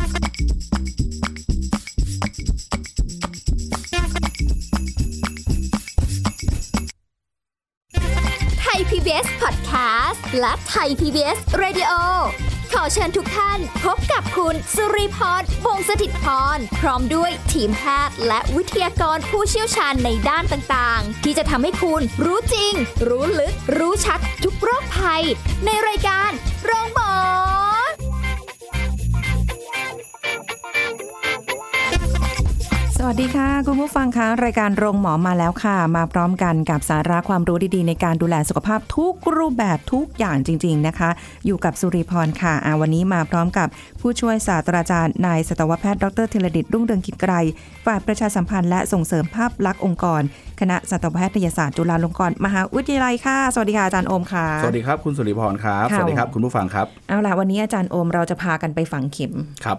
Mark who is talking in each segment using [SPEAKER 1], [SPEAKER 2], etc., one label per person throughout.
[SPEAKER 1] ไทย PBS Podcast และไทย PBS Radio ขอเชิญทุกท่านพบกับคุณสุริพร วงศ์สถิตย์พรพร้อมด้วยทีมแพทย์และวิทยากรผู้เชี่ยวชาญในด้านต่างๆที่จะทำให้คุณรู้จริงรู้ลึกรู้ชัดทุกโรคภัยในรายการโรงหมอ
[SPEAKER 2] สวัสดีค่ะคุณผู้ฟังคะรายการโรงหมอมาแล้วค่ะมาพร้อมกันกับสาระความรู้ดีๆในการดูแลสุขภาพทุกรูปแบบทุกอย่างจริงๆนะคะอยู่กับสุริพรค่ะวันนี้มาพร้อมกับผู้ช่วยศาสตราจารย์นายสัตวแพทย์ดร.ธีรดิษฐ์รุ่งเรืองกิจไกรฝ่ายประชาสัมพันธ์และส่งเสริมภาพลักษณ์องค์กรคณะสัตวแพทยศาสตร์จุฬาลงกรณ์มหาวิทยาลัยค่ะสวัสดีค่ะอาจารย์โอมค่ะ
[SPEAKER 3] สวัสดีครับคุณสุริพรครับสวัสดีครับคุณผู้ฟังครับ
[SPEAKER 2] เอาล่ะวันนี้อาจารย์โอมเราจะพากันไปฝังเข็ม
[SPEAKER 3] ครับ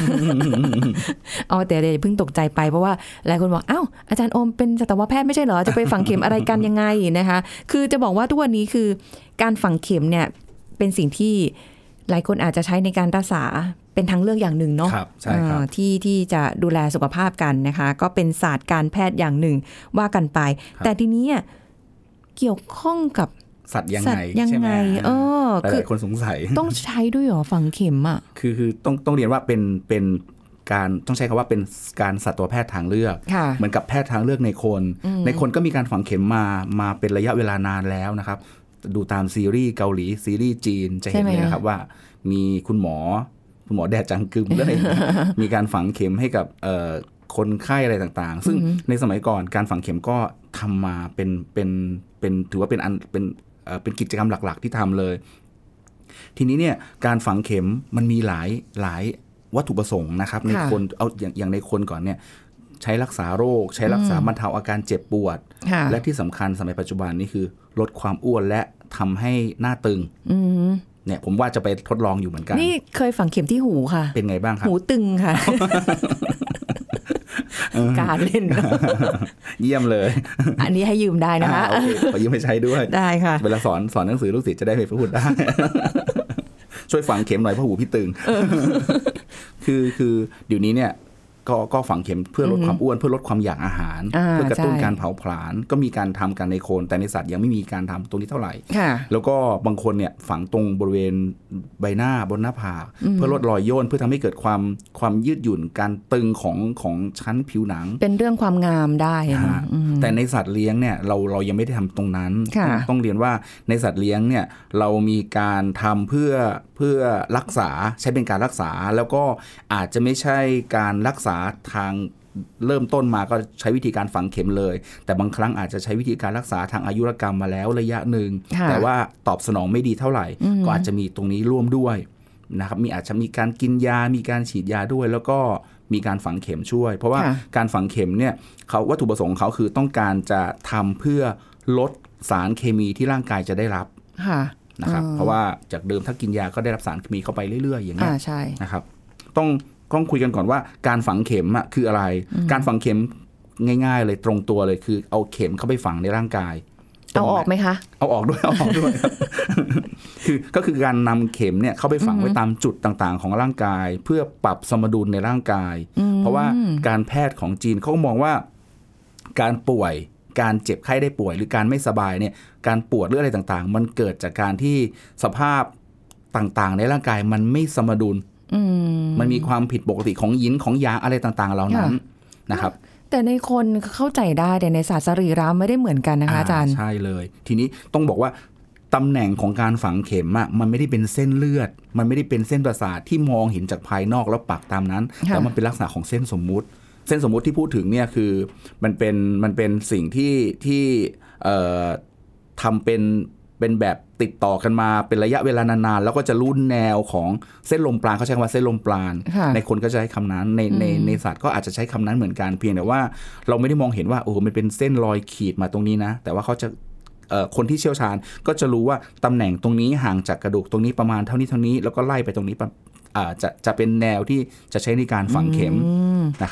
[SPEAKER 2] แต่เดี๋ยวเพิ่งตกใจไปเพราะว่าหลายคนบอกอาจารย์โอมเป็นสัตวแพทย์ไม่ใช่เหรอจะไปฝังเข็มอะไรกันยังไงนะคะคือจะบอกว่าทุกวันนี้คือการฝังเข็มเนี่ยเป็นสิ่งที่หลายคนอาจจะใช้ในการรักษาเป็นทางเลือกอย่างหนึ่งเนาะที่จะดูแลสุขภาพกันนะคะก็เป็นศาสตร์การแพทย์อย่างหนึ่งว่ากันไปแต่ทีนี้เกี่ยวข้องกับ
[SPEAKER 3] สัตว์ยังไง
[SPEAKER 2] ใช่ไหม
[SPEAKER 3] คือคนสงสัย
[SPEAKER 2] ต้องใช้ด้วยหรอฝังเข็ม
[SPEAKER 3] คือต้องเรียนว่าเป็นการต้องใช้คำว่าเป็นการสัตวแพทย์ทางเลือกเหมือนกับแพทย์ทางเลือกในคนก็มีการฝังเข็มมาเป็นระยะเวลานานแล้วนะครับดูตามซีรีส์เกาหลีซีรีส์จีนจะเห็นเลยนะครับว่ามีคุณหมอแดดจังกึมเลยมีการฝังเข็มให้กับคนไข้อะไรต่างๆซึ่งในสมัยก่อนการฝังเข็มก็ทำมาเป็นถือว่าเป็นกิจกรรมหลักๆที่ทำเลยทีนี้เนี่ยการฝังเข็มมันมีหลายวัตถุประสงค์นะครับในคนเอาอย่างในคนก่อนเนี่ยใช้รักษาโรคใช้รักษาบรรเทาอาการเจ็บปวดและที่สำคัญสมัยปัจจุบันนี่คือลดความอ้วนและทำให้หน้าตึงเนี่ยผมว่าจะไปทดลองอยู่เหมือนกัน
[SPEAKER 2] นี่เคยฝังเข็มที่หูค่ะ
[SPEAKER 3] เป็นไงบ้างครับ
[SPEAKER 2] หูตึงค่ะ การเล่น
[SPEAKER 3] เยี่ยมเลย
[SPEAKER 2] อันนี้ให้ยืมได้นะคะ
[SPEAKER 3] โอเคขอยืมไปใช้ด้วย
[SPEAKER 2] ได้ค่ะ
[SPEAKER 3] เวลาสอนหนังสือลูกศิษย์จะได้ไปพูดได้ ช่วยฝังเข็มหน่อยเพราะหูพี่ตึงคือเดี๋ยวนี้เนี่ยก็ฝังเข็มเพื่อลดความอ้วนเพื่อลดความอยากอาหารเพื่อกระตุ้นการเผาผลาญก็มีการทำกันในโคนแต่ในสัตว์ยังไม่มีการทำตรงนี้เท่าไหร่แล้วก็บางคนเนี่ยฝังตรงบริเวณใบหน้าบนหน้าผากเพื่อลดรอยย่นเพื่อทำให้เกิดความยืดหยุ่นการตึงของชั้นผิวหนัง
[SPEAKER 2] เป็นเรื่องความงามได้
[SPEAKER 3] แต่ในสัตว์เลี้ยงเนี่ยเรายังไม่ได้ทำตรงนั้นต้องเรียนว่าในสัตว์เลี้ยงเนี่ยเรามีการทำเพื่อรักษาใช้เป็นการรักษาแล้วก็อาจจะไม่ใช่การรักษาทางเริ่มต้นมาก็ใช้วิธีการฝังเข็มเลยแต่บางครั้งอาจจะใช้วิธีการรักษาทางอายุรกรรมมาแล้วระยะหนึ่งแต่ว่าตอบสนองไม่ดีเท่าไหร่ก็อาจจะมีตรงนี้ร่วมด้วยนะครับอาจจะมีการกินยามีการฉีดยาด้วยแล้วก็มีการฝังเข็มช่วยเพราะว่าการฝังเข็มเนี่ยเขาวัตถุประสงค์เขาคือต้องการจะทำเพื่อลดสารเคมีที่ร่างกายจะได้รับนะครับเพราะว่าจากเดิมถ้ากินยาก็ได้รับสารเคมีเข้าไปเรื่อยๆอย่างนี้นะครับต้องคุยกันก่อนว่าการฝังเข็มคืออะไรการฝังเข็มง่ายๆเลยตรงตัวเลยคือเอาเข็มเข้าไปฝังในร่างกาย
[SPEAKER 2] เอาออกไหมคะ
[SPEAKER 3] เอาออกด้วยก็คือการนำเข็มเนี่ยเข้าไปฝังไว้ตามจุดต่างๆของร่างกายเพื่อปรับสมดุลในร่างกายเพราะว่าการแพทย์ของจีนเขามองว่าการป่วยการเจ็บไข้ได้ป่วยหรือการไม่สบายเนี่ยการปวดหรืออะไรต่างๆมันเกิดจากการที่สภาพต่างๆในร่างกายมันไม่สมดุลมันมีความผิดปกติของยินของยางอะไรต่างๆเหล่านั้นนะครับ
[SPEAKER 2] แต่ในคนเข้าใจได้แต่ในศาสตร์สรีระไม่ได้เหมือนกันนะคะอาจารย์
[SPEAKER 3] ใช่เลยทีนี้ต้องบอกว่าตำแหน่งของการฝังเข็มมันไม่ได้เป็นเส้นเลือดมันไม่ได้เป็นเส้นประสาทที่มองเห็นจากภายนอกแล้วปักตามนั้นแต่มันเป็นลักษณะของเส้นสมมุติที่พูดถึงเนี่ยคือมันเป็นสิ่งที่ทำเป็นแบบติดต่อกันมาเป็นระยะเวลานานๆแล้วก็จะรู้แนวของเส้นลมปราณเขาใช้คำว่าเส้นลมปราณในคนก็จะใช้คำนั้นในสัตว์ก็อาจจะใช้คำนั้นเหมือนกันเพียงแต่ว่าเราไม่ได้มองเห็นว่าโอ้มันเป็นเส้นรอยขีดมาตรงนี้นะแต่ว่าเขาจะคนที่เชี่ยวชาญก็จะรู้ว่าตำแหน่งตรงนี้ห่างจากกระดูกตรงนี้ประมาณเท่านี้แล้วก็ไล่ไปตรงนี้จะเป็นแนวที่จะใช้ในการฝังเข็มนะครับ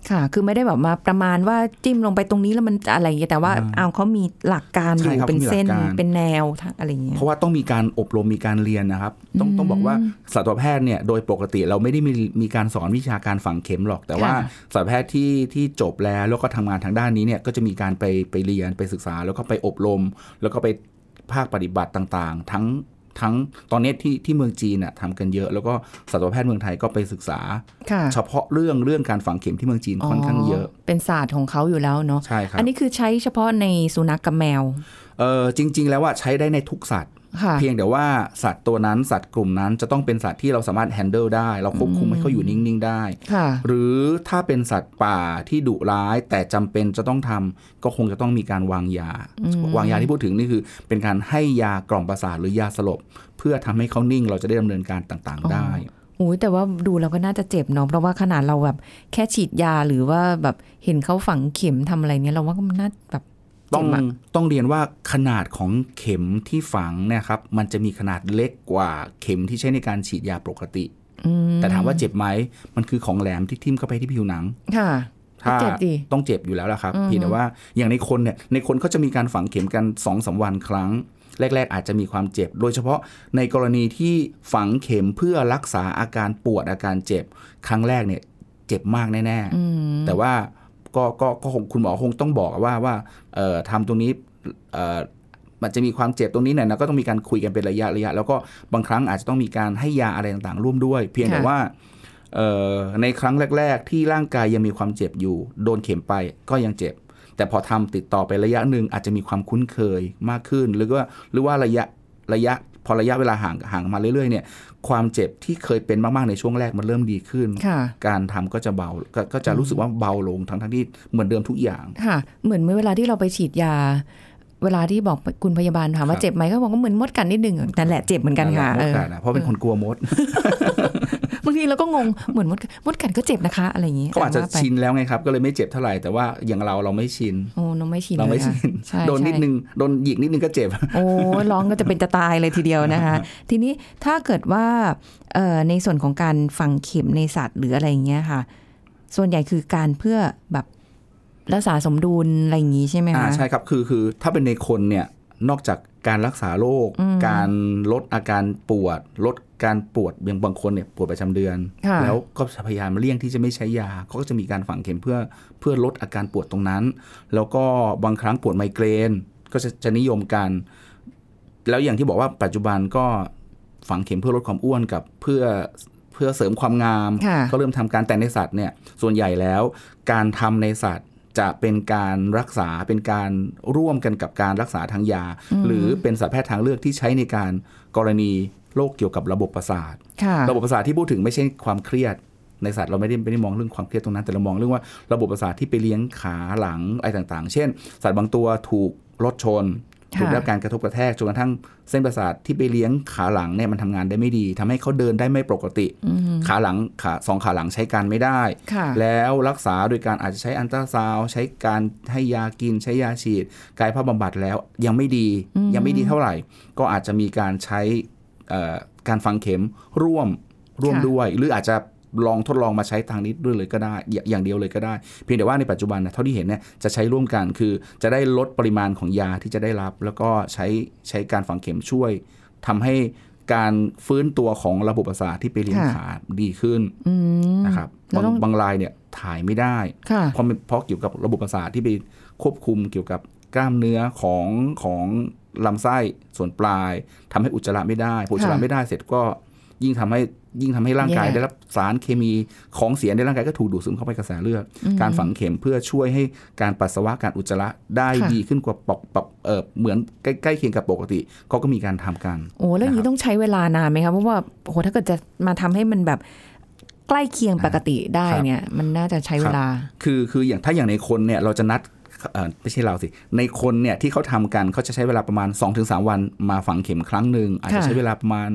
[SPEAKER 2] ค่ะคือไม่ได้แบบมาประมาณว่าจิ้มลงไปตรงนี้แล้วมันอะไรอย่างเงี้ยแต่ว่าเขามีหลักการอยู่เป็นเส้นเป็นแนวอะไรอย่างเงี้ย
[SPEAKER 3] เพราะว่าต้องมีการอบรมมีการเรียนนะครับต้องบอกว่าสัตวแพทย์เนี่ยโดยปกติเราไม่ได้มีการสอนวิชาการฝังเข็มหรอกแต่ว่าสัตวแพทย์ที่จบแล้วก็ทำงานทางด้านนี้เนี่ยก็จะมีการไปเรียนไปศึกษาแล้วก็ไปอบรมแล้วก็ไปภาคปฏิบัติต่างๆทั้งตอนนี้ที่เมืองจีนน่ะทำกันเยอะแล้วก็สัตวแพทย์เมืองไทยก็ไปศึกษาเฉพาะเรื่องการฝังเข็มที่เมืองจีนค่อนข้างเยอะ
[SPEAKER 2] เป็นศาสตร์ของเขาอยู่แล้วเนาะ
[SPEAKER 3] ใช่ครับ
[SPEAKER 2] อันนี้คือใช้เฉพาะในสุนัขกับแมว
[SPEAKER 3] จริงๆแล้วว่าใช้ได้ในทุกสัตว์เพียงแต่ว่าสัตว์ตัวนั้นสัตว์กลุ่มนั้นจะต้องเป็นสัตว์ที่เราสามารถแฮนเดิลได้เราควบคุมให้เขาอยู่นิ่งๆได้หรือถ้าเป็นสัตว์ป่าที่ดุร้ายแต่จำเป็นจะต้องทำก็คงจะต้องมีการวางยาที่พูดถึงนี่คือเป็นการให้ยากล่อมประสาทหรือยาสลบเพื่อทำให้เขานิ่งเราจะได้ดำเนินการต่างๆได้
[SPEAKER 2] แต่ว่าดูเราก็น่าจะเจ็บเนาะเพราะว่าขนาดเราแบบแค่ฉีดยาหรือว่าแบบเห็นเขาฝังเข็มทำอะไรเนี้ยเราว่าก็มันน่าแบบ
[SPEAKER 3] ต้องเรียนว่าขนาดของเข็มที่ฝังเนี่ยครับมันจะมีขนาดเล็กกว่าเข็มที่ใช้ในการฉีดยาปกติแต่ถามว่าเจ็บไหมมันคือของแหลมที่ทิ่มเข้าไปที่ผิวหนังถ้าต้องเจ็บอยู่แล้วล่ะครับเพียงแต่ว่าอย่างในคนเนี่ยในคนเขาจะมีการฝังเข็มกัน 2-3 วันครั้งแรกๆอาจจะมีความเจ็บโดยเฉพาะในกรณีที่ฝังเข็มเพื่อรักษาอาการปวดอาการเจ็บครั้งแรกเนี่ยเจ็บมากแน่ๆแต่ว่าก็คงคุณหมอคงต้องบอกว่าทำตรงนี้มันจะมีความเจ็บตรงนี้เนี่ยนะก็ต้องมีการคุยกันเป็นระยะแล้วก็บางครั้งอาจจะต้องมีการให้ยาอะไรต่างๆร่วมด้วยเพียงแต่ว่าในครั้งแรกๆที่ร่างกายยังมีความเจ็บอยู่โดนเข็มไปก็ยังเจ็บแต่พอทำติดต่อไประยะหนึ่งอาจจะมีความคุ้นเคยมากขึ้นหรือว่าระยะพอระยะเวลาห่างมาเรื่อยๆเนี่ยความเจ็บที่เคยเป็นมากๆในช่วงแรกมันเริ่มดีขึ้นการทำก็จะเบาก็จะรู้สึกว่าเบาลงทั้งที่เหมือนเดิมทุกอย่าง
[SPEAKER 2] ค่ะเหมือนเมื่อเวลาที่เราไปฉีดยาเวลาที่บอกคุณพยาบาลถามว่าเจ็บไหมเขาบอกว่าเหมือนมดกัดนิดนึงนั่นแหละเจ็บเหมือนกันค่ะ
[SPEAKER 3] เพราะเป็นคนกลัวมด
[SPEAKER 2] บางทีเราก็งงเหมือนมดกัดก็เจ็บนะคะอะไรอย่างนี้
[SPEAKER 3] เขาอาจจะชินแล้วไงครับก็เลยไม่เจ็บเท่าไหร่แต่ว่าอย่างเราไม่ชิน
[SPEAKER 2] เราไม่ชิน
[SPEAKER 3] โดนนิดนึงโดนหยิกนิดนึงก็เจ็บ
[SPEAKER 2] ร้องก็จะเป็นจะตายเลยทีเดียวนะคะทีนี้ถ้าเกิดว่าในส่วนของการฝังเข็มในสัตว์หรืออะไรอย่างเงี้ยค่ะส่วนใหญ่คือการเพื่อแบบรักษาสมดุลอะไรอย่างงี้ใช่ไหมคะ
[SPEAKER 3] ใช่ครับคือถ้าเป็นในคนเนี่ยนอกจากการรักษาโรคการลดอาการปวดลดการปวดบางคนเนี่ยปวดประจำเดือนแล้วก็พยายามเลี่ยงที่จะไม่ใช้ยาเขาก็จะมีการฝังเข็มเพื่อลดอาการปวดตรงนั้นแล้วก็บางครั้งปวดไมเกรนก็จะนิยมกันแล้วอย่างที่บอกว่าปัจจุบันก็ฝังเข็มเพื่อลดความอ้วนกับเพื่อเสริมความงามก็เริ่มทำการแต่ในสัตว์เนี่ยส่วนใหญ่แล้วการทำในสัตว์จะเป็นการรักษาเป็นการร่วมกันกับการรักษาทางยาหรือเป็นสัตวแพทย์ทางเลือกที่ใช้ในการกรณีโรคเกี่ยวกับระบบประสาทระบบประสาทที่พูดถึงไม่ใช่ความเครียดในสัตว์เราไม่ได้มองเรื่องความเครียดตรงนั้นแต่เรามองเรื่องว่าระบบประสาทที่ไปเลี้ยงขาหลังอะไรต่างๆเช่นสัตว์บางตัวถูกรถชนถูกได้รับการกระทบกระแทกจนกระทั่งเส้นประสาทที่ไปเลี้ยงขาหลังเนี่ยมันทำงานได้ไม่ดีทำให้เขาเดินได้ไม่ปกติขาหลัง2ขาหลังใช้การไม่ได้แล้วรักษาโดยการอาจจะใช้อัลตราซาวด์ใช้การให้ยากินใช้ยาฉีดกายภาพบำบัดแล้วยังไม่ดีเท่าไหร่ก็อาจจะมีการใช้การฝังเข็มร่วมด้วยหรืออาจจะลองทดลองมาใช้ทางนี้ด้วยเลยก็ได้อย่างเดียวเลยก็ได้เพียงแต่ว่าในปัจจุบันนะเท่าที่เห็นเนี่ยจะใช้ร่วมกันคือจะได้ลดปริมาณของยาที่จะได้รับแล้วก็ใช้การฝังเข็มช่วยทำให้การฟื้นตัวของระบบประสาทที่ไปเลี้ยงขาดีขึ้นนะครับบางรายเนี่ยถ่ายไม่ได้เพราะเกี่ยวกับระบบประสาทที่ไปควบคุมเกี่ยวกับกล้ามเนื้อของลำไส้ส่วนปลายทำให้อุจจาระไม่ได้อุจจาระไม่ได้เสร็จก็ยิ่งทำให้ร่างกายได้รับสารเคมีของเสียในร่างกายก็ถูกดูดซึมเข้าไปกระแสเลือดการฝังเข็มเพื่อช่วยให้การปัสสาวะการอุจจาระได้ดีขึ้นกว่าเหมือนใกล้เคียงกับปกติเขาก็มีการทำกัน
[SPEAKER 2] แล้วอย่างนี้ต้องใช้เวลานานไหมครับเพราะว่าถ้าเกิดจะมาทำให้มันแบบใกล้เคียงปกติได้เนี่ยมันน่าจะใช้เวลา
[SPEAKER 3] คืออย่างในคนเนี่ยเราจะนัดไม่ใช่เราสิในคนเนี่ยที่เขาทำกันเขาจะใช้เวลาประมาณ 2-3 วันมาฝังเข็มครั้งนึงอาจจะใช้เวลาประมาณ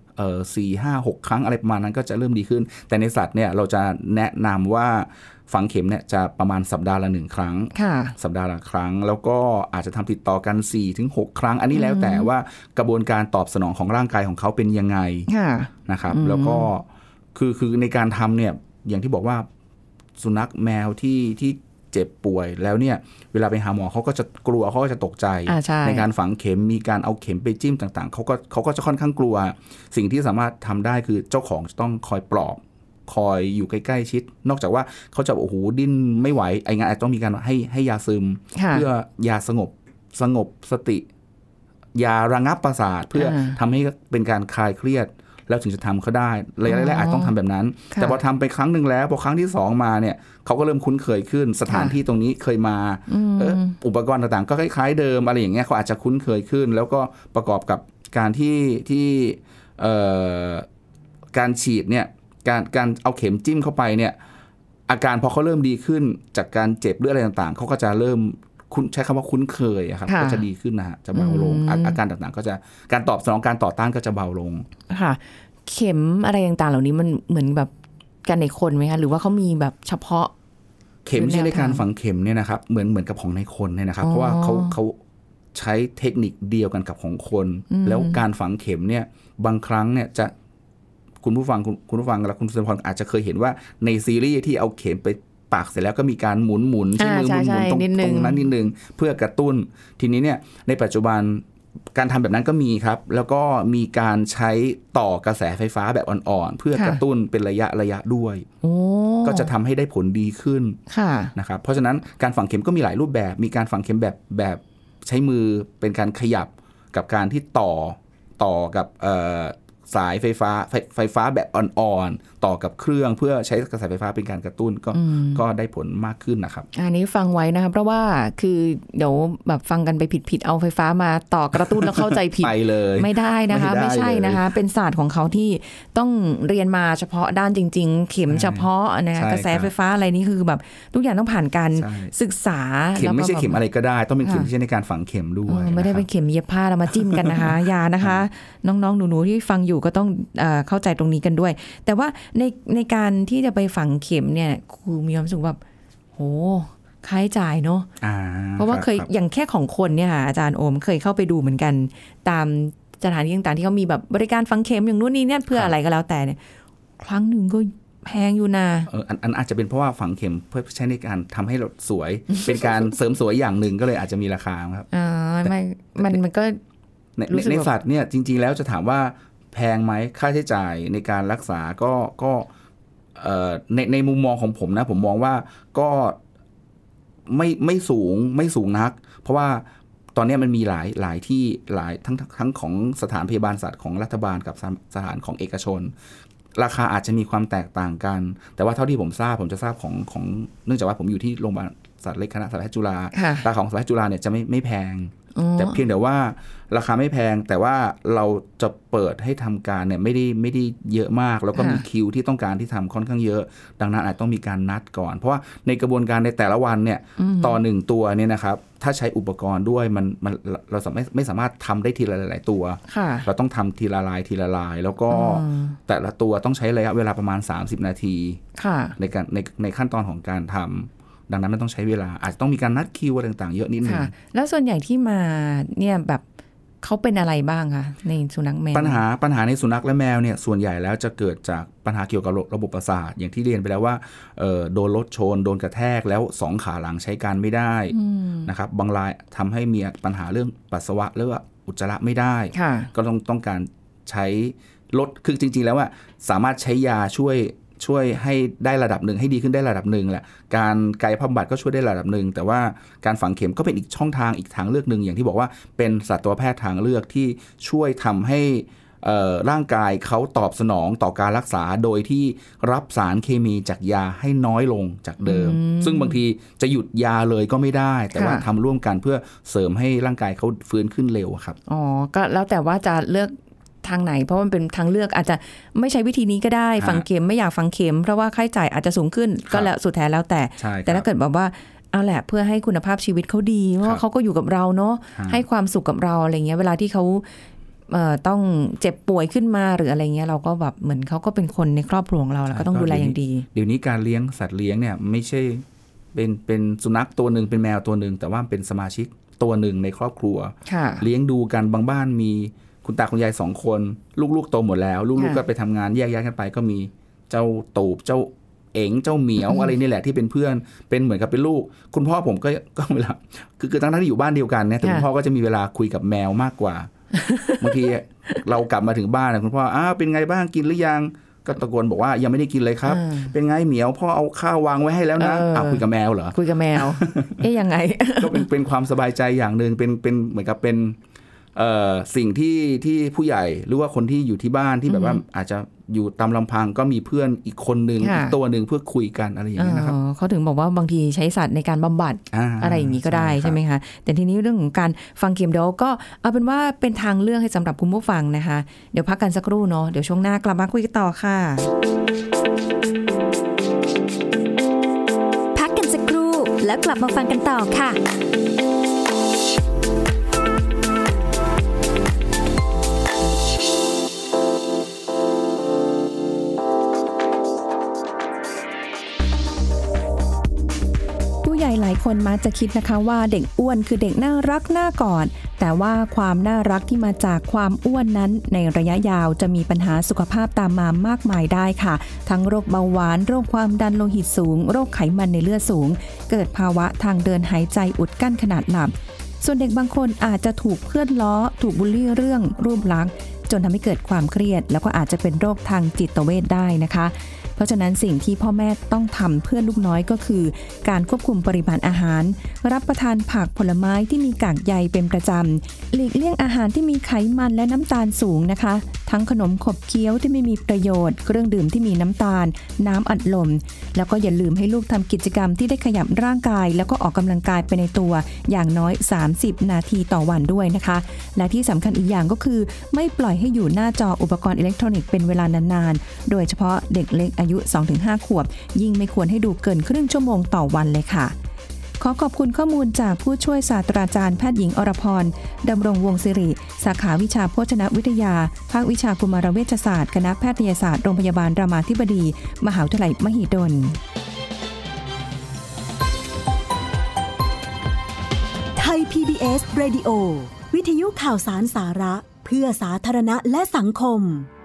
[SPEAKER 3] 4-5-6 ครั้งอะไรประมาณนั้นก็จะเริ่มดีขึ้นแต่ในสัตว์เนี่ยเราจะแนะนำว่าฝังเข็มเนี่ยจะประมาณสัปดาห์ละ1 ครั้งสัปดาห์ละครั้งแล้วก็อาจจะทำติดต่อกัน 4-6 ครั้งอันนี้แล้วแต่ว่ากระบวนการตอบสนองของร่างกายของเขาเป็นยังไงนะครับแล้วก็คือในการทำเนี่ยอย่างที่บอกว่าสุนัขแมวที่เจ็บป่วยแล้วเนี่ยเวลาไปหาหมอเขาก็จะกลัวเขาก็จะตกใจ ในการฝังเข็มมีการเอาเข็มไปจิ้มต่างๆเขาก็จะค่อนข้างกลัวสิ่งที่สามารถทำได้คือเจ้าของจะต้องคอยปลอบคอยอยู่ใกล้ๆชิดนอกจากว่าเขาจะโอ้โหดิ้นไม่ไหวไอ้งานอาจจะต้องมีการให้ยาซึมเพื่อยาสงบสติยาระงับประสาทเพื่อทำให้เป็นการคลายเครียดแล้วถึงจะทำเขาได้ระยะแรกอาจต้องทำแบบนั้นแต่พอทำไปครั้งหนึ่งแล้วพอครั้งที่2มาเนี่ยเขาก็เริ่มคุ้นเคยขึ้นสถานที่ตรงนี้เคยมาอุปกรณ์ต่างๆก็คล้ายๆเดิมอะไรอย่างเงี้ยเขาอาจจะคุ้นเคยขึ้นแล้วก็ประกอบกับการที่การฉีดเนี่ยการเอาเข็มจิ้มเข้าไปเนี่ยอาการพอเขาเริ่มดีขึ้นจากการเจ็บหรืออะไรต่างๆเขาก็จะเริ่มใช้คำว่าคุ้นเคยครับก็จะดีขึ้นนะฮะจะเบาลงอาการต่างๆก็จะการตอบสนองการต่อต้านก็จะเบาลง
[SPEAKER 2] ค่ะเข็มอะไรต่างๆเหล่านี้มันเหมือนแบบกันในคนไหมคะหรือว่าเขามีแบบเฉพาะ
[SPEAKER 3] เข็มที่ในการฝังเข็มเนี่ยนะครับเหมือนกับของในคนเนี่ยนะครับเพราะว่าเขาใช้เทคนิคเดียวกันกับของคนแล้วการฝังเข็มเนี่ยบางครั้งเนี่ยจะคุณผู้ฟังและคุณสุนทรพรอาจจะเคยเห็นว่าในซีรีส์ที่เอาเข็มไปปากเสร็จแล้วก็มีการหมุนใช้มือหมุนตรงนั้นนิดนึงเพื่อกระตุ้นทีนี้เนี่ยในปัจจุบันการทำแบบนั้นก็มีครับแล้วก็มีการใช้ต่อกระแสไฟฟ้าแบบอ่อนๆเพื่อกระตุ้นเป็นระยะด้วยก็จะทำให้ได้ผลดีขึ้นนะครับเพราะฉะนั้นการฝังเข็มก็มีหลายรูปแบบมีการฝังเข็มแบบใช้มือเป็นการขยับกับการที่ต่อกับสายไฟฟ้าแบบอ่อนๆต่อกับเครื่องเพื่อใช้กระแสไฟฟ้าเป็นการกระตุ้นก็ได้ผลมากขึ้นนะครับ
[SPEAKER 2] อันนี้ฟังไว้นะครับเพราะว่าคือเดี๋ยวแบบฟังกันไปผิดเอาไฟฟ้ามาต่อกระตุ้นแล้วเข้าใจผิด
[SPEAKER 3] ไปเลย
[SPEAKER 2] ไม่ได้นะคะไม่ใช่นะคะเป็นศาสตร์ของเขาที่ต้องเรียนมาเฉพาะด้านจริงๆเข็มเฉพาะนะกระแสไฟฟ้าอะไรนี่คือแบบทุกอย่างต้องผ่านการศึกษา
[SPEAKER 3] เข็มไม่ใช่เข็มอะไรก็ได้ต้องเป็นเข็มที่ใช้ในการฝังเข็มด้วย
[SPEAKER 2] ไม่ได้เป็นเข็มเย็บผ้าแล้วมาจิ้มกันนะคะยานะคะน้องๆหนูๆที่ฟังอยู่ก็ต้องเข้าใจตรงนี้กันด้วยแต่ว่าในการที่จะไปฝังเข็มเนี่ยครูมีความรู้สึกแบบโหค่าใช้จ่ายเนาะเพราะว่าเคยอย่างแค่ของคนเนี่ยค่ะอาจารย์โอมเคยเข้าไปดูเหมือนกันตามสถานที่ต่างๆที่เขามีแบบบริการฝังเข็มอย่างนู้นนี่เนี่ยเพื่ออะไรก็แล้วแต่เนี่ยครั้งหนึ่งก็แพงอยู่นะ
[SPEAKER 3] อันอาจจะเป็นเพราะว่าฝังเข็มเพื่อใช้ในการทำให้เราสวย เป็นการเสริมสวยอย่างหนึ่งก็เลยอาจจะมีราคาครับ
[SPEAKER 2] มันก็
[SPEAKER 3] ในสัตว์เนี่ยจริงๆแล้วจะถามว่าแพงไหมค่าใช้จ่ายในการรักษาก็ในมุมมองของผมนะผมมองว่าก็ไม่สูงนักเพราะว่าตอนนี้มันมีหลายที่หลายทั้งของสถานพยาบาลสัตว์ของรัฐบาลกับสถานของเอกชนราคาอาจจะมีความแตกต่างกันแต่ว่าเท่าที่ผมจะทราบของเนื่องจากว่าผมอยู่ที่โรงพยาบาลสัตว์เล็กคณะสัตวแพทย์จุฬาราคาของสัตวแพทย์จุฬาเนี่ยจะไม่แพงแต่เพียงแต่ว่าราคาไม่แพงแต่ว่าเราจะเปิดให้ทำการเนี่ยไม่ได้เยอะมากแล้วก็มีคิวที่ต้องการที่ทำค่อนข้างเยอะดังนั้นอาจต้องมีการนัดก่อนเพราะว่าในกระบวนการในแต่ละวันเนี่ยต่อ1ตัวเนี่ยนะครับถ้าใช้อุปกรณ์ด้วยมันเราไม่สามารถทำได้ทีละหลายตัวเราต้องทำทีละลายแล้วก็แต่ละตัวต้องใช้ระยะเวลาประมาณ30นาทีในขั้นตอนของการทำดังนั้นมันต้องใช้เวลาอาจจะต้องมีการนัดคิวอะไรต่างๆเยอะนิดนึง
[SPEAKER 2] แล้วส่วนใหญ่ที่มาเนี่ยแบบเขาเป็นอะไรบ้างคะในสุนัขแมว
[SPEAKER 3] ปัญหาในสุนัขและแมวเนี่ยส่วนใหญ่แล้วจะเกิดจากปัญหาเกี่ยวกับระบบประสาทอย่างที่เรียนไปแล้วว่าโดนรถชนโดนกระแทกแล้ว2ขาหลังใช้การไม่ได้นะครับบางรายทำให้มีปัญหาเรื่องปัสสาวะหรือว่าอุจจาระไม่ได้ก็ต้องการใช้ลดคือจริงๆแล้วว่าสามารถใช้ยาช่วยให้ได้ระดับหนึ่งให้ดีขึ้นได้ระดับหนึ่งแหละการกายภาพบำบัดก็ช่วยได้ระดับหนึ่งแต่ว่าการฝังเข็มก็เป็นอีกช่องทางอีกทางเลือกหนึ่งอย่างที่บอกว่าเป็นสัตวแพทย์ทางเลือกที่ช่วยทำให้ร่างกายเขาตอบสนองต่อการรักษาโดยที่รับสารเคมีจากยาให้น้อยลงจากเดิมซึ่งบางทีจะหยุดยาเลยก็ไม่ได้แต่ว่าทำร่วมกันเพื่อเสริมให้ร่างกายเขาฟื้นขึ้นเร็วครับ
[SPEAKER 2] อ๋อก็แล้วแต่ว่าจะเลือกทางไหนเพราะมันเป็นทางเลือกอาจจะไม่ใช้วิธีนี้ก็ได้ฝังเข็มไม่อยากฝังเข็มเพราะว่าค่าใช้จ่ายอาจจะสูงขึ้นก็แล้วสุดแท้แล้วแต่ถ้าเกิดบอกว่าเอาแหละเพื่อให้คุณภาพชีวิตเขาดีเพราะเขาก็อยู่กับเราเนาะให้ความสุขกับเราอะไรเงี้ยเวลาที่เขาต้องเจ็บป่วยขึ้นมาหรืออะไรเงี้ยเราก็แบบเหมือนเขาก็เป็นคนในครอบครัวของเราแล้วก็ต้องดูแลอย่างดี
[SPEAKER 3] เดี๋ยวนี้การเลี้ยงสัตว์เลี้ยงเนี่ยไม่ใช่เป็นสุนัขตัวหนึ่งเป็นแมวตัวหนึ่งแต่ว่าเป็นสมาชิกตัวหนึ่งในครอบครัวเลี้ยงดูกันบางบ้านมีคุณตาคุณยาย2คนลูกๆโตหมดแล้วลูกๆก็ไปทำงานแยกย้ายกันไปก็มีเจ้าตูบเจ้าเอ๋งเจ้าเหมียวอะไรนี่แหละที่เป็นเพื่อนเป็นเหมือนกับเป็นลูกคุณพ่อผมก็เวลาคือทั้งที่อยู่บ้านเดียวกันเนี่ยแต่คุณพ่อก็จะมีเวลาคุยกับแมวมากกว่าบางทีเรากลับมาถึงบ้านคุณพ่อเป็นไงบ้างกินหรือยังก็ตะโกนบอกว่ายังไม่ได้กินเลยครับเป็นไงเหมียวพ่อเอาข้าววางไว้ให้แล้วนะคุยกับแมวเหรอ
[SPEAKER 2] คุยกับแมว ยังไง
[SPEAKER 3] ก็เป็นความสบายใจอย่างนึงเป็นเหมือนกับเป็นสิ่งที่ผู้ใหญ่หรือว่าคนที่อยู่ที่บ้านที่แบบว่าอาจจะอยู่ตามลำพังก็มีเพื่อนอีกคนนึงอีกตัวนึงเพื่อคุยกันอะไรอย่างเงี้ยนะครับ
[SPEAKER 2] เขาถึงบอกว่าบางทีใช้สัตว์ในการบำบัดอะไรอย่างนี้ก็ได้ใช่ไหมคะแต่ทีนี้เรื่องของการฟังเข็มเดี๋ยวก็เอาเป็นว่าเป็นทางเลือกให้สำหรับคุณผู้ฟังนะคะเดี๋ยวพักกันสักครู่เนาะเดี๋ยวช่วงหน้ากลับมาคุยกันต่อค่ะ
[SPEAKER 1] พักกันสักครู่แล้วกลับมาฟังกันต่อค่ะ
[SPEAKER 2] หลายคนมักจะคิดนะคะว่าเด็กอ้วนคือเด็กน่ารักน่ากอดแต่ว่าความน่ารักที่มาจากความอ้วนนั้นในระยะยาวจะมีปัญหาสุขภาพตามมามากมายได้ค่ะทั้งโรคเบาหวานโรคความดันโลหิตสูงโรคไขมันในเลือดสูงเกิดภาวะทางเดินหายใจอุดกั้นขนาดหลับส่วนเด็กบางคนอาจจะถูกเพื่อนล้อถูกบูลลี่เรื่องรูปลักษณ์จนทำให้เกิดความเครียดแล้วก็อาจจะเป็นโรคทางจิตเวชได้นะคะเพราะฉะนั้นสิ่งที่พ่อแม่ต้องทำเพื่อลูกน้อยก็คือการควบคุมปริมาณอาหารรับประทานผักผลไม้ที่มีกากใยเป็นประจำหลีกเลี่ยงอาหารที่มีไขมันและน้ำตาลสูงนะคะทั้งขนมขบเคี้ยวที่ไม่มีประโยชน์เครื่องดื่มที่มีน้ำตาลน้ำอัดลมแล้วก็อย่าลืมให้ลูกทำกิจกรรมที่ได้ขยับร่างกายแล้วก็ออกกำลังกายไปในตัวอย่างน้อย30นาทีต่อวันด้วยนะคะและที่สำคัญอีกอย่างก็คือไม่ปล่อยให้อยู่หน้าจออุปกรณ์อิเล็กทรอนิกส์เป็นเวลานานๆโดยเฉพาะเด็กเล็กอายุ 2-5 ขวบยิ่งไม่ควรให้ดูเกินครึ่งชั่วโมงต่อวันเลยค่ะขอขอบคุณข้อมูลจากผู้ช่วยศาสตราจารย์แพทย์หญิงอรพรดำรงวงศ์สิริสาขาวิชาโภชนวิทยาภาควิชากุมารเวชศาสตร์คณะแพทยศาสตร์โรงพยาบาลรามาธิบดีมหาวิทยาลัยมหิดล
[SPEAKER 4] ไทย PBS Radio วิทยุข่าวสารสาระเพื่อสาธารณะและสังคม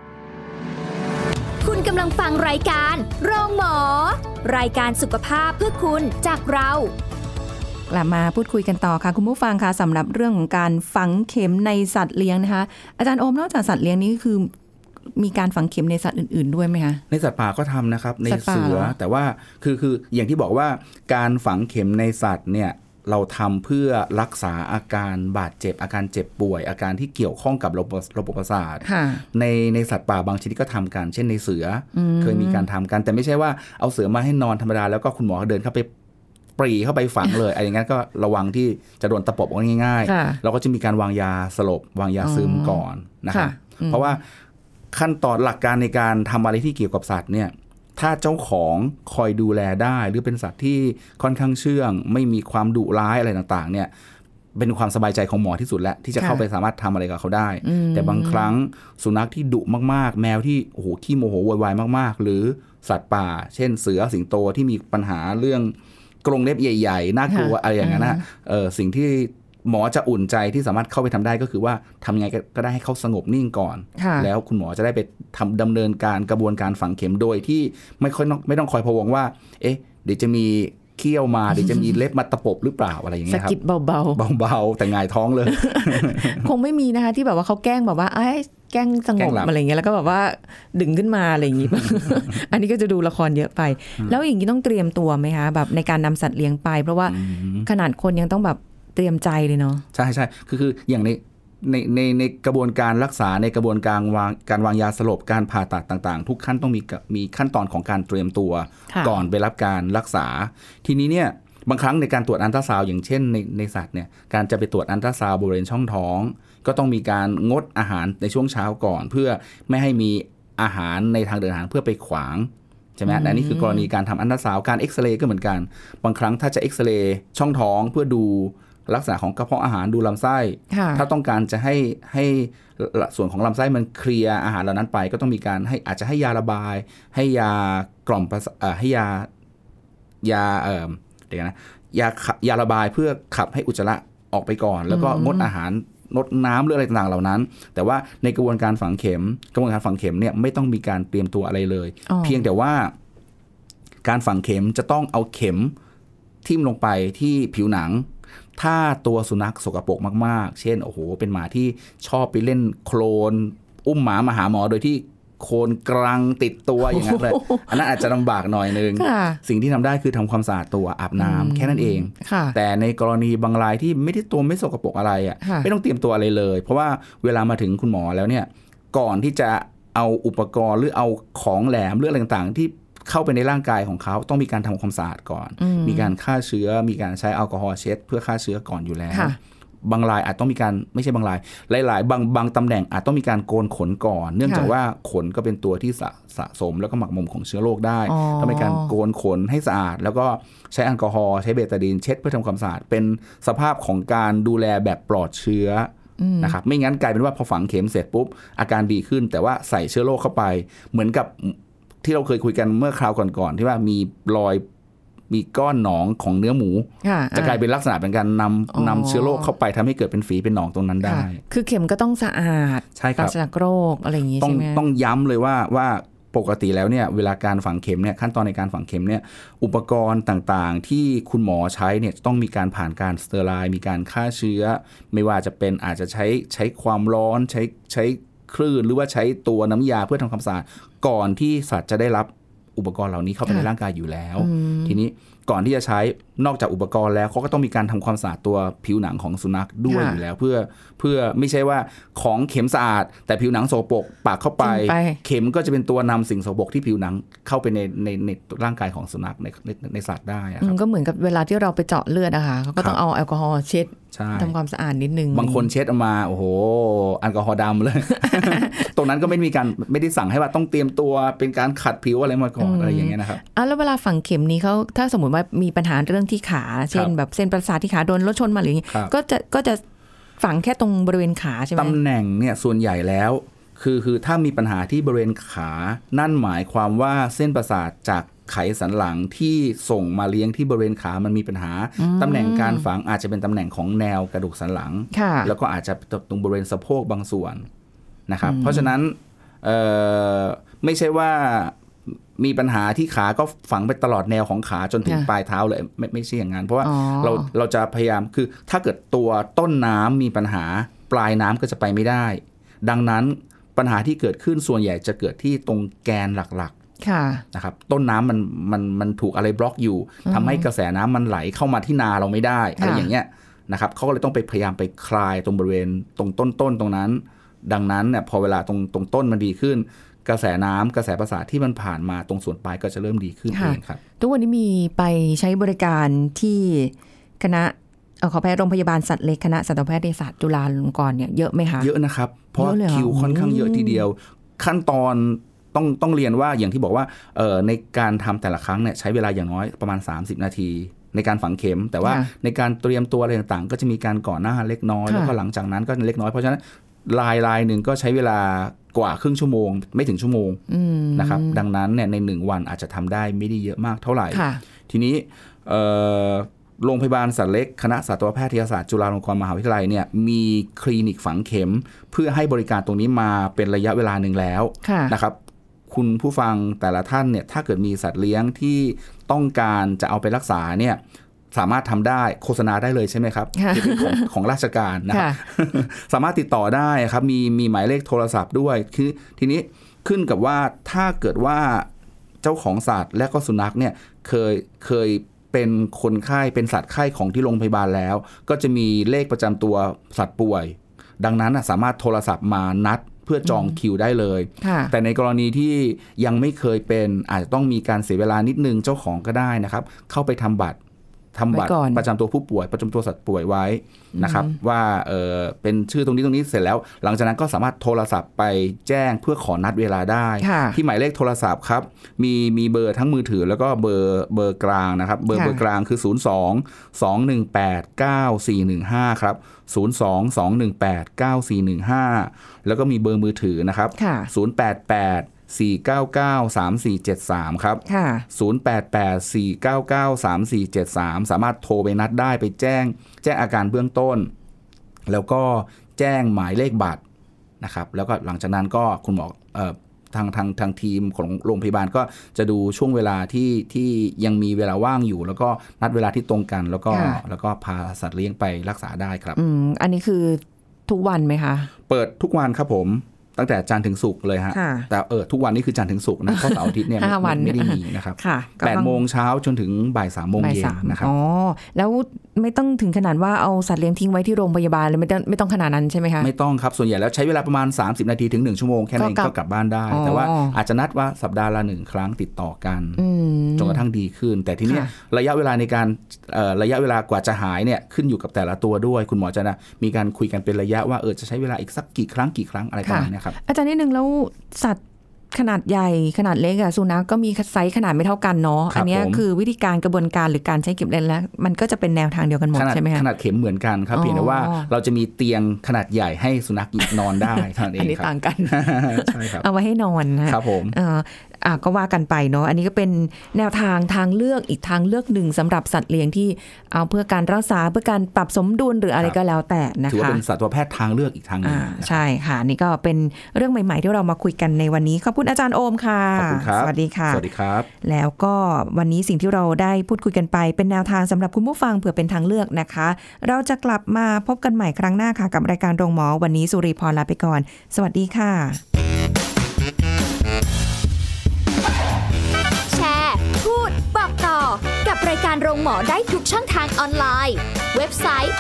[SPEAKER 1] คุณกำลังฟังรายการโรงหมอรายการสุขภาพเพื่อคุณจากเรา
[SPEAKER 2] กลับมาพูดคุยกันต่อค่ะคุณผู้ฟังค่ะสำหรับเรื่องของการฝังเข็มในสัตว์เลี้ยงนะคะอาจารย์โอมนอกจากสัตว์เลี้ยงนี้คือมีการฝังเข็มในสัตว์อื่นๆด้วยไหมคะ
[SPEAKER 3] ในสัตว์ป่าก็ทำนะครับในเสือแต่ว่าคืออย่างที่บอกว่าการฝังเข็มในสัตว์เนี่ยเราทำเพื่อรักษาอาการบาดเจ็บอาการเจ็บป่วยอาการที่เกี่ยวข้องกับระบบประสาทในสัตว์ป่าบางชนิดก็ทำกันเช่นในเสือเคยมีการทำกันแต่ไม่ใช่ว่าเอาเสือมาให้นอนธรรมดาแล้วก็คุณหมอเดินเข้าไปปรีเข้าไปฝังเลยอะไรอย่างนั้นก็ระวังที่จะโดนตะปบง่ายๆเราก็จะมีการวางยาสลบวางยาซึมก่อนนะครับเพราะว่าขั้นตอนหลักการในการทำอะไรที่เกี่ยวกับสัตว์เนี่ยถ้าเจ้าของคอยดูแลได้หรือเป็นสัตว์ที่ค่อนข้างเชื่องไม่มีความดุร้ายอะไรต่างๆเนี่ยเป็นความสบายใจของหมอที่สุดแล้วที่จะเข้าไปสามารถทำอะไรกับเขาได้แต่บางครั้งสุนัขที่ดุมากๆแมวที่โอ้โหขี้โมโหโวยวายมากๆหรือสัตว์ป่าเช่นเสือสิงโตที่มีปัญหาเรื่องกรงเล็บใหญ่ๆน่ากลัวอะไรอย่างนั้นนะสิ่งที่หมอจะอุ่นใจที่สามารถเข้าไปทำได้ก็คือว่าทำยังไงก็ได้ให้เขาสงบนิ่งก่อนแล้วคุณหมอจะได้ไปดำเนินการกระบวนการฝังเข็มโดยที่ไม่ต้องคอยพะวงว่าเอ๊ะเดี๋ยวจะมีเขี้ยวมาเดี๋ยวจะมีเล็บมาตะปบหรือเปล่าอะไรอย่างเงี้ยครับ
[SPEAKER 2] สะกิดเบา
[SPEAKER 3] ๆแต่หงายท้องเลย
[SPEAKER 2] คงไม่มีนะคะที่แบบว่าเขาแกล้งแบบว่าแกล้งสงบอะไรอย่างเงี้ยแล้วก็แบบว่าดึงขึ้นมาอะไรอย่างงี้ อันนี้ก็จะดูละครเยอะไปแล้วอย่างนี้ต้องเตรียมตัวไหมคะแบบในการนำสัตว์เลี้ยงไปเพราะว่าขนาดคนยังต้องแบบเตรียมใจเลยเนาะ
[SPEAKER 3] ใช่ใช่คืออย่างในกระบวนการรักษาในกระบวนการวางยาสลบการผ่าตัดต่างๆทุกขั้นต้องมีขั้นตอนของการเตรียมตัวก่อนไปรับการรักษาทีนี้เนี่ยบางครั้งในการตรวจอัลตราซาวด์อย่างเช่นในสัตว์เนี่ยการจะไปตรวจอัลตราซาวด์บริเวณช่องท้องก็ต้องมีการงดอาหารในช่วงเช้าก่อนเพื่อไม่ให้มีอาหารในทางเดินอาหารเพื่อไปขวางใช่ไหมอันนี้คือกรณีการทำอัลตราซาวด์การเอ็กซเรย์ก็เหมือนกันบางครั้งถ้าจะเอ็กซเรย์ช่องท้องเพื่อดูลักษณะของกระเพาะอาหารดูลำไส้ถ้าต้องการจะให้ส่วนของลำไส้มันเคลียร์อาหารเหล่านั้นไปก็ต้องมีการอาจจะให้ยาระบายให้ยากล่อมให้ยาเดี๋ยวนะยาระบายเพื่อขับให้อุจจาระออกไปก่อนแล้วก็งดอาหารลดน้ำหรืออะไรต่างๆเหล่านั้นแต่ว่าในกระบวนการฝังเข็มเนี่ยไม่ต้องมีการเตรียมตัวอะไรเลยเพียงแต่ว่าการฝังเข็มจะต้องเอาเข็มทิ่มลงไปที่ผิวหนังถ้าตัวสุนัขสกปรกมากๆเช่นโอ้โหเป็นหมาที่ชอบไปเล่นโคลนอุ้มหมามาหาหมอโดยที่โคลนกรังติดตัวอย่างนั้นเลยอันนั้นอาจจะลำบากหน่อยนึงสิ่งที่ทำได้คือทำความสะอาดตัวอาบน้ำแค่นั้นเองแต่ในกรณีบางรายที่ไม่ได้ตัวไม่สกปรกอะไรไม่ต้องเตรียมตัวอะไรเลยเพราะว่าเวลามาถึงคุณหมอแล้วเนี่ยก่อนที่จะเอาอุปกรณ์หรือเอาของแหลมหรืออะไรต่างๆที่เข้าไปในร่างกายของเขาต้องมีการทำความสะอาดก่อนมีการฆ่าเชื้อมีการใช้แอลกอฮอล์เช็ดเพื่อฆ่าเชื้อก่อนอยู่แล้วบางรายอาจต้องมีการไม่ใช่บางรายหลายๆบางตำแหน่งอาจต้องมีการโกนขนก่อนเนื่องจากว่าขนก็เป็นตัวที่สะสมแล้วก็หมักหมมของเชื้อโรคได้ต้องมีการโกนขนให้สะอาดแล้วก็ใช้แอลกอฮอล์ใช้เบตาดีนเช็ดเพื่อทำความสะอาดเป็นสภาพของการดูแลแบบปลอดเชื้อนะครับไม่งั้นกลายเป็นว่าพอฝังเข็มเสร็จปุ๊บอาการดีขึ้นแต่ว่าใส่เชื้อโรคเข้าไปเหมือนกับที่เราเคยคุยกันเมื่อคราวก่อนๆที่ว่ามีรอยมีก้อนหนองของเนื้อหมูจะกลายเป็นลักษณะเป็นการนำเชื้อโรคเข้าไปทำให้เกิดเป็นฝีเป็นหนองตรงนั้นได้
[SPEAKER 2] คือเข็มก็ต้องสะอาดปราศจากโรคอะไรอย่างนี้ใช่ไหม
[SPEAKER 3] ต้องย้ำเลยว่าปกติแล้วเนี่ยเวลาการฝังเข็มเนี่ยขั้นตอนในการฝังเข็มเนี่ยอุปกรณ์ต่างๆที่คุณหมอใช้เนี่ยต้องมีการผ่านการสเตอร์ไลน์มีการฆ่าเชื้อไม่ว่าจะเป็นอาจจะใช้ความร้อนใช้คลื่นหรือว่าใช้ตัวน้ำยาเพื่อทำความสะอาดก่อนที่สัตว์จะได้รับอุปกรณ์เหล่านี้เข้าไปในร่างกายอยู่แล้วทีนี้ก่อนที่จะใช้นอกจากอุปกรณ์แล้วเขาก็ต้องมีการทำความสะอาดตัวผิวหนังของสุนัขด้วยอยู่แล้วเพื่อไม่ใช่ว่าของเข็มสะอาดแต่ผิวหนังสกปรกปากเข้าไปเข็มก็จะเป็นตัวนำสิ่งสกปรกที่ผิวหนังเข้าไปในร่างกายของสุนัขในสัตว์ได้ครับ
[SPEAKER 2] ก็เหมือนกับเวลาที่เราไปเจาะเลือดอะค่ะเขาก็ต้องเอาแอลกอฮอล์เช็ดทำความสะอาดนิดนึง
[SPEAKER 3] บางคนเช็ดออกมาโอ้โหแอลกอฮอล์ดำเลย ตรงนั้นก็ไม่ได้สั่งให้ว่าต้องเตรียมตัวเป็นการขัดผิวอะไรมาก่อนอะไรอย่างเงี้ยนะครับ
[SPEAKER 2] แล้วเวลาฝังเข็มนี้เขาถ้าสมมติว่ามีปัญหาเรื่องที่ขาเช่นแบบเส้นประสาทที่ขาโดนรถชนมาหรืออย่างงี้ก็จะฝังแค่ตรงบริเวณขาใช่ไหม
[SPEAKER 3] ตำแหน่งเนี่ยส่วนใหญ่แล้วคือถ้ามีปัญหาที่บริเวณขานั่นหมายความว่าเส้นประสาทจากไขสันหลังที่ส่งมาเลี้ยงที่บริเวณขามันมีปัญหาตำแหน่งการฝังอาจจะเป็นตำแหน่งของแนวกระดูกสันหลังแล้วก็อาจจะตรงบริเวณสะโพกบางส่วนนะครับเพราะฉะนั้นไม่ใช่ว่ามีปัญหาที่ขาก็ฝังไปตลอดแนวของขาจนถึงปลายเท้าเลยไม่ใช่อย่างนั้นเพราะว่าเราจะพยายามคือถ้าเกิดตัวต้นน้ำมีปัญหาปลายน้ำก็จะไปไม่ได้ดังนั้นปัญหาที่เกิดขึ้นส่วนใหญ่จะเกิดที่ตรงแกนหลักๆนะครับต้นน้ำมันถูกอะไรบล็อกอยู่ทำให้กระแสน้ำมันไหลเข้ามาที่นาเราไม่ได้อะไรอย่างเงี้ยนะครับเขาก็เลยต้องไปพยายามไปคลายตรงบริเวณตรงต้นตรงนั้นดังนั้นเนี่ยพอเวลาตรงต้นมันดีขึ้นกระแสน้ำกระแสประสาทที่มันผ่านมาตรงส่วนปลายก็จะเริ่มดีขึ้นเองครับ
[SPEAKER 2] ทุกวันนี้มีไปใช้บริการที่คณะขอไปโรงพยาบาลสัตว์เล็กคณะสัตวแพทยศาสตร์จุฬาลงกรณ์เนี่ยเยอะไหมคะ
[SPEAKER 3] เยอะนะครับเพราะคิวค่อนข้างเยอะทีเดียวขั้นตอนต้องเรียนว่าอย่างที่บอกว่าในการทำแต่ละครั้งเนี่ยใช้เวลาอย่างน้อยประมาณ30นาทีในการฝังเข็มแต่ว่าในการเตรียมตัวอะไรต่างๆก็จะมีการก่อนหน้าเล็กน้อยแล้วก็หลังจากนั้นก็เล็กน้อยเพราะฉะนั้นลายหนึ่งก็ใช้เวลากว่าครึ่งชั่วโมงไม่ถึงชั่วโมงนะครับดังนั้นเนี่ยใน1วันอาจจะทำได้ไม่ได้เยอะมากเท่าไหร่ทีนี้โรงพยาบาลสัตว์เล็กคณะสัตวแพทยศาสตร์จุฬาลงกรณ์มหาวิทยาลัยเนี่ยมีคลินิกฝังเข็มเพื่อให้บริการตรงนี้มาเป็นระยะเวลาหนึ่งแล้วนะครับคุณผู้ฟังแต่ละท่านเนี่ยถ้าเกิดมีสัตว์เลี้ยงที่ต้องการจะเอาไปรักษาเนี่ยสามารถทำได้โฆษณาได้เลยใช่ไหมครับของราชการนะครับสามารถติดต่อได้ครับมีหมายเลขโทรศัพท์ด้วยคือทีนี้ขึ้นกับว่าถ้าเกิดว่าเจ้าของสัตว์และก็สุนัขเนี่ยเคยเป็นคนไข้เป็นสัตว์ไข้ของที่โรงพยาบาลแล้วก็จะมีเลขประจำตัวสัตว์ป่วยดังนั้นสามารถโทรศัพท์มานัดเพื่อจองคิวได้เลยแต่ในกรณีที่ยังไม่เคยเป็นอาจจะต้องมีการเสียเวลานิดนึงเจ้าของก็ได้นะครับเข้าไปทำบัตรประจำตัวผู้ป่วยประจำตัวสัตว์ป่วยไว้นะครับว่าเป็นชื่อตรงนี้เสร็จแล้วหลังจากนั้นก็สามารถโทรศัพท์ไปแจ้งเพื่อขอนัดเวลาได้ที่หมายเลขโทรศัพท์ครับมีเบอร์ทั้งมือถือแล้วก็เบอร์กลางนะครับเบอร์กลางคือ02-218-9415ครับ02-218-9415แล้วก็มีเบอร์มือถือนะครับ088 499-3473 ครับ088-499-3473 สามารถโทรไปนัดได้ไปแจ้งอาการเบื้องต้นแล้วก็แจ้งหมายเลขบัตรนะครับแล้วก็หลังจากนั้นก็คุณหมอทางทีมของโรงพยาบาลก็จะดูช่วงเวลาที่ยังมีเวลาว่างอยู่แล้วก็นัดเวลาที่ตรงกันแล้วก็พาสัตว์เลี้ยงไปรักษาได้ครับ
[SPEAKER 2] อันนี้คือทุกวันไหมคะ
[SPEAKER 3] เปิดทุกวันครับผมตั้งแต่จันทร์ถึงศุกร์เลยฮะแต่ทุกวันนี้คือจันทร์ถึงศุกร์นะเพราะเสาร์อาทิตย์เนี่ยไม่ได้มีนะครับ8 โมงเช้าจนถึงบ่าย 3 โมงเย็นนะครับ
[SPEAKER 2] แล้วไม่ต้องถึงขนาดว่าเอาสัตว์เลี้ยงทิ้งไว้ที่โรงพยาบาลเลยไม่ต้องขนาดนั้นใช่ไหมคะ
[SPEAKER 3] ไม่ต้องครับส่วนใหญ่แล้วใช้เวลาประมาณ30 นาทีถึง1 ชั่วโมงแค่นั้นก็กลับบ้านได้แต่ว่าอาจจะนัดว่าสัปดาห์ละ1 ครั้งติดต่อกันจนกระทั่งดีขึ้นแต่ทีนี้ระยะเวลาในการระยะเวลากว่าจะหายเนี่ยขึ้นอยู่กับแต่ละตัวด้วยคุณหมอจะมีการคุยกันเป็นระยะว่าจะใช้เวลาอีกสักกี่ครั้งอะไรประมาณนี้ครับ
[SPEAKER 2] อาจารย์นิดนึงแล้วสัตว์ขนาดใหญ่ขนาดเล็กสุนัขก็มีไซส์ขนาดไม่เท่ากันเนาะอันนี้คือวิธีการกระบวนการหรือการใช้เก็บเล่นแล้วมันก็จะเป็นแนวทางเดียวกันหมดใช่ไหมคะ
[SPEAKER 3] ขนาดเข็มเหมือนกันครับเพียงแต่ว่าเราจะมีเตียงขนาดใหญ่ให้สุนัขนอนได้เท่านั้นเอง
[SPEAKER 2] อันนี้ต่างกัน
[SPEAKER 3] ใช่ครับ
[SPEAKER 2] เอาไว้ให้นอน
[SPEAKER 3] นะครับผม
[SPEAKER 2] ก็ว่ากันไปเนาะอันนี้ก็เป็นแนวทางเลือกอีกทางเลือกหนึ่งสำหรับสัตว์เลี้ยงที่เอาเพื่อการรักษาเพื่อการปรับสมดุลหรืออะไรก็แล้วแต่นะคะ
[SPEAKER 3] ถือว่าเป็นสัตวแพทย์ทางเลือกอีกทางนึง
[SPEAKER 2] ใช่ค่ะนี่ก็เป็นเรื่องใหม่ๆที่เรามาคุยกันในวันนี้ขอบคุณอาจารย์โอมค่ะ
[SPEAKER 3] ขอบคุณครับ
[SPEAKER 2] สวัสดีค่ะ
[SPEAKER 3] สวัสดีครับ
[SPEAKER 2] แล้วก็วันนี้สิ่งที่เราได้พูดคุยกันไปเป็นแนวทางสำหรับคุณผู้ฟังเผื่อเป็นทางเลือกนะคะเราจะกลับมาพบกันใหม่ครั้งหน้าค่ะกับรายการโรงหมอวันนี้สุริพรลาไปก่อนสวัสดีค่ะ
[SPEAKER 1] พูดบอกต่อกับรายการโรงหมอได้ทุกช่องทางออนไลน์เว็บไซต์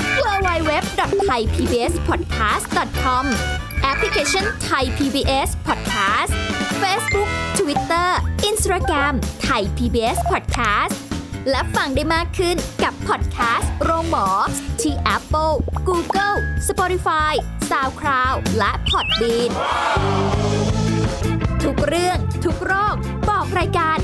[SPEAKER 1] www.thaipbspodcast.com แอปพลิเคชัน Thai PBS Podcast Facebook Twitter Instagram Thai PBS Podcast และฟังได้มากขึ้นกับพอดแคสต์โรงหมอที่ Apple, Google, Spotify, SoundCloud และ Podbean ทุกเรื่องทุกโรคบอกรายการ